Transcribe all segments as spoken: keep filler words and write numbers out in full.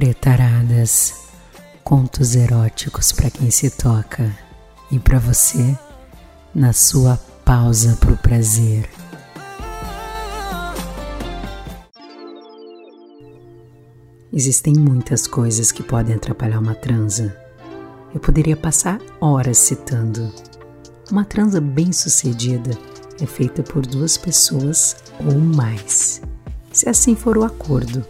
Pretaradas, contos eróticos para quem se toca e para você na sua pausa pro prazer. Existem muitas coisas que podem atrapalhar uma transa. Eu poderia passar horas citando. Uma transa bem-sucedida é feita por duas pessoas ou mais, se assim for o acordo.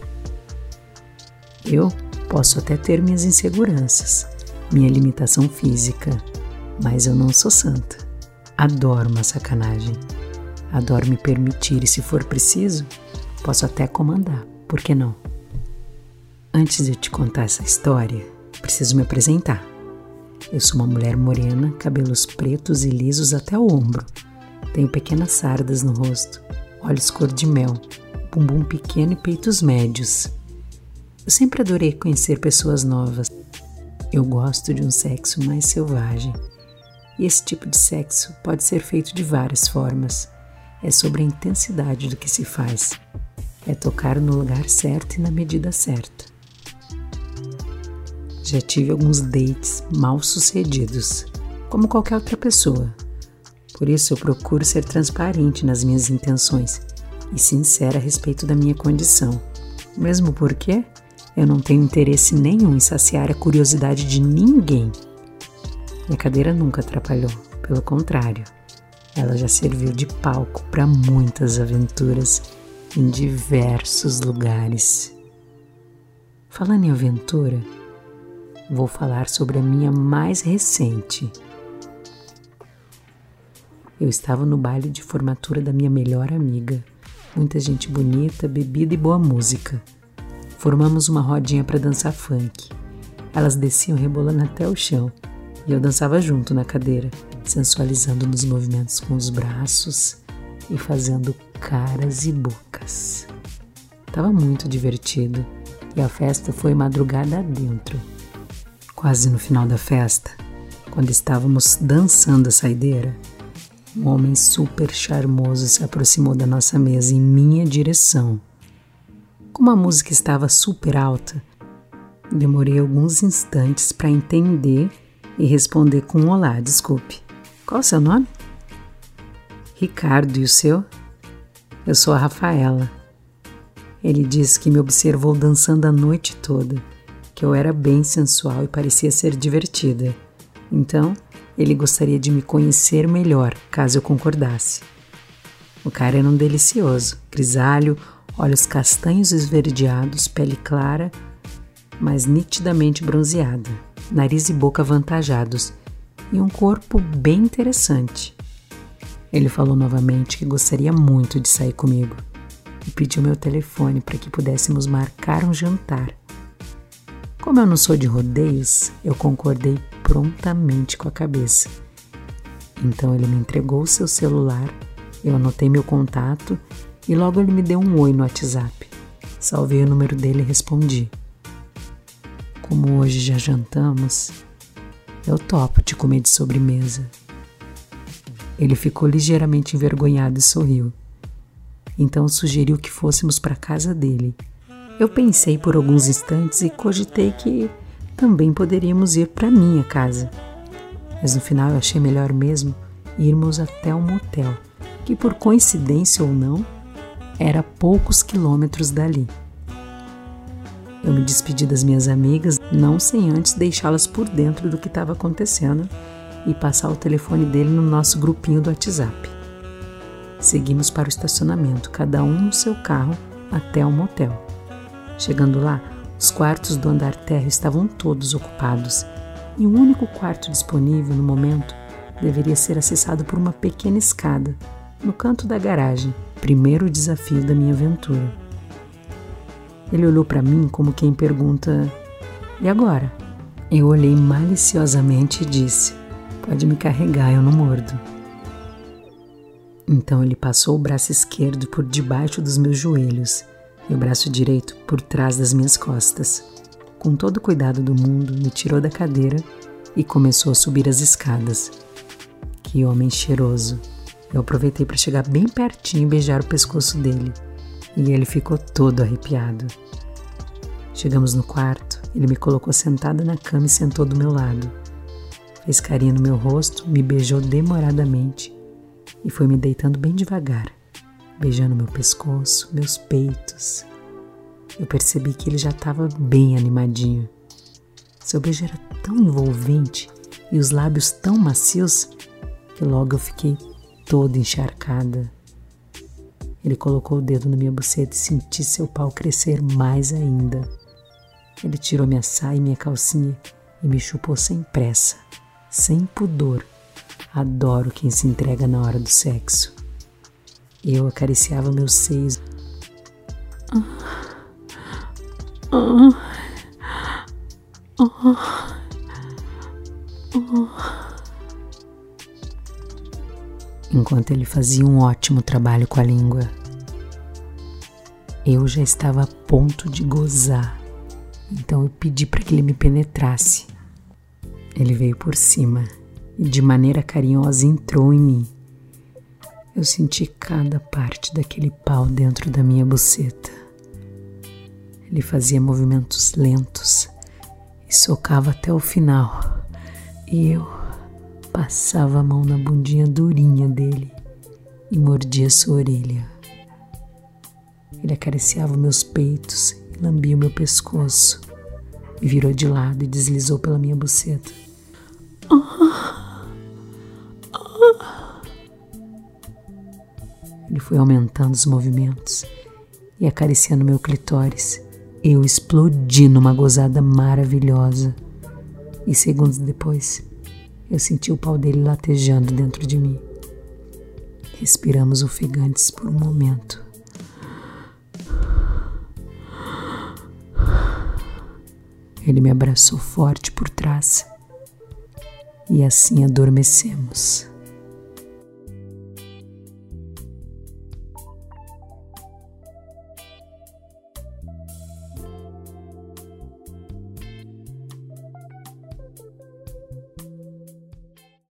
Eu posso até ter minhas inseguranças, minha limitação física, mas eu não sou santa. Adoro uma sacanagem. Adoro me permitir e, se for preciso, posso até comandar. Por que não? Antes de eu te contar essa história, preciso me apresentar. Eu sou uma mulher morena, cabelos pretos e lisos até o ombro. Tenho pequenas sardas no rosto, olhos cor de mel, bumbum pequeno e peitos médios. Eu sempre adorei conhecer pessoas novas. Eu gosto de um sexo mais selvagem. E esse tipo de sexo pode ser feito de várias formas. É sobre a intensidade do que se faz. É tocar no lugar certo e na medida certa. Já tive alguns dates mal sucedidos, como qualquer outra pessoa. Por isso eu procuro ser transparente nas minhas intenções e sincera a respeito da minha condição. Mesmo porque eu não tenho interesse nenhum em saciar a curiosidade de ninguém. Minha cadeira nunca atrapalhou, pelo contrário, ela já serviu de palco para muitas aventuras em diversos lugares. Falando em aventura, vou falar sobre a minha mais recente. Eu estava no baile de formatura da minha melhor amiga. Muita gente bonita, bebida e boa música. Formamos uma rodinha para dançar funk. Elas desciam rebolando até o chão e eu dançava junto na cadeira, sensualizando nos movimentos com os braços e fazendo caras e bocas. Tava muito divertido e a festa foi madrugada adentro. Quase no final da festa, quando estávamos dançando a saideira, um homem super charmoso se aproximou da nossa mesa em minha direção. Como a música estava super alta, demorei alguns instantes para entender e responder com um olá, desculpe. Qual o seu nome? Ricardo, e o seu? Eu sou a Rafaela. Ele disse que me observou dançando a noite toda, que eu era bem sensual e parecia ser divertida. Então, ele gostaria de me conhecer melhor, caso eu concordasse. O cara era um delicioso, grisalho, olhos castanhos esverdeados, pele clara, mas nitidamente bronzeada, nariz e boca avantajados e um corpo bem interessante. Ele falou novamente que gostaria muito de sair comigo e pediu meu telefone para que pudéssemos marcar um jantar. Como eu não sou de rodeios, eu concordei prontamente com a cabeça. Então ele me entregou o seu celular, eu anotei meu contato e logo ele me deu um oi no WhatsApp. Salvei o número dele e respondi. Como hoje já jantamos, eu topo te comer de sobremesa. Ele ficou ligeiramente envergonhado e sorriu. Então sugeriu que fôssemos para a casa dele. Eu pensei por alguns instantes e cogitei que também poderíamos ir para minha casa. Mas no final eu achei melhor mesmo irmos até um motel, que por coincidência ou não, era a poucos quilômetros dali. Eu me despedi das minhas amigas, não sem antes deixá-las por dentro do que estava acontecendo e passar o telefone dele no nosso grupinho do WhatsApp. Seguimos para o estacionamento, cada um no seu carro, até o motel. Chegando lá, os quartos do andar térreo estavam todos ocupados e o único quarto disponível no momento deveria ser acessado por uma pequena escada no canto da garagem, primeiro desafio da minha aventura. Ele olhou para mim como quem pergunta, e agora? Eu olhei maliciosamente e disse, pode me carregar, eu não mordo. Então ele passou o braço esquerdo por debaixo dos meus joelhos e o braço direito por trás das minhas costas. Com todo o cuidado do mundo, me tirou da cadeira e começou a subir as escadas. Que homem cheiroso! Eu aproveitei para chegar bem pertinho e beijar o pescoço dele, e ele ficou todo arrepiado. Chegamos no quarto, ele me colocou sentada na cama e sentou do meu lado. Fez carinho no meu rosto, me beijou demoradamente e foi me deitando bem devagar, beijando meu pescoço, meus peitos. Eu percebi que ele já estava bem animadinho. Seu beijo era tão envolvente e os lábios tão macios que logo eu fiquei toda encharcada. Ele colocou o dedo na minha buceta e senti seu pau crescer mais ainda. Ele tirou minha saia e minha calcinha e me chupou sem pressa, sem pudor. Adoro quem se entrega na hora do sexo. Eu acariciava meus seios. Enquanto ele fazia um ótimo trabalho com a língua. Eu já estava a ponto de gozar, então eu pedi para que ele me penetrasse. Ele veio por cima e de maneira carinhosa entrou em mim. Eu senti cada parte daquele pau dentro da minha buceta. Ele fazia movimentos lentos e socava até o final, e eu passava a mão na bundinha durinha dele e mordia sua orelha. Ele acariciava meus peitos e lambia o meu pescoço. Me virou de lado e deslizou pela minha buceta. Ele foi aumentando os movimentos e acariciando meu clitóris. Eu explodi numa gozada maravilhosa. E segundos depois, eu senti o pau dele latejando dentro de mim. Respiramos ofegantes por um momento. Ele me abraçou forte por trás e assim adormecemos.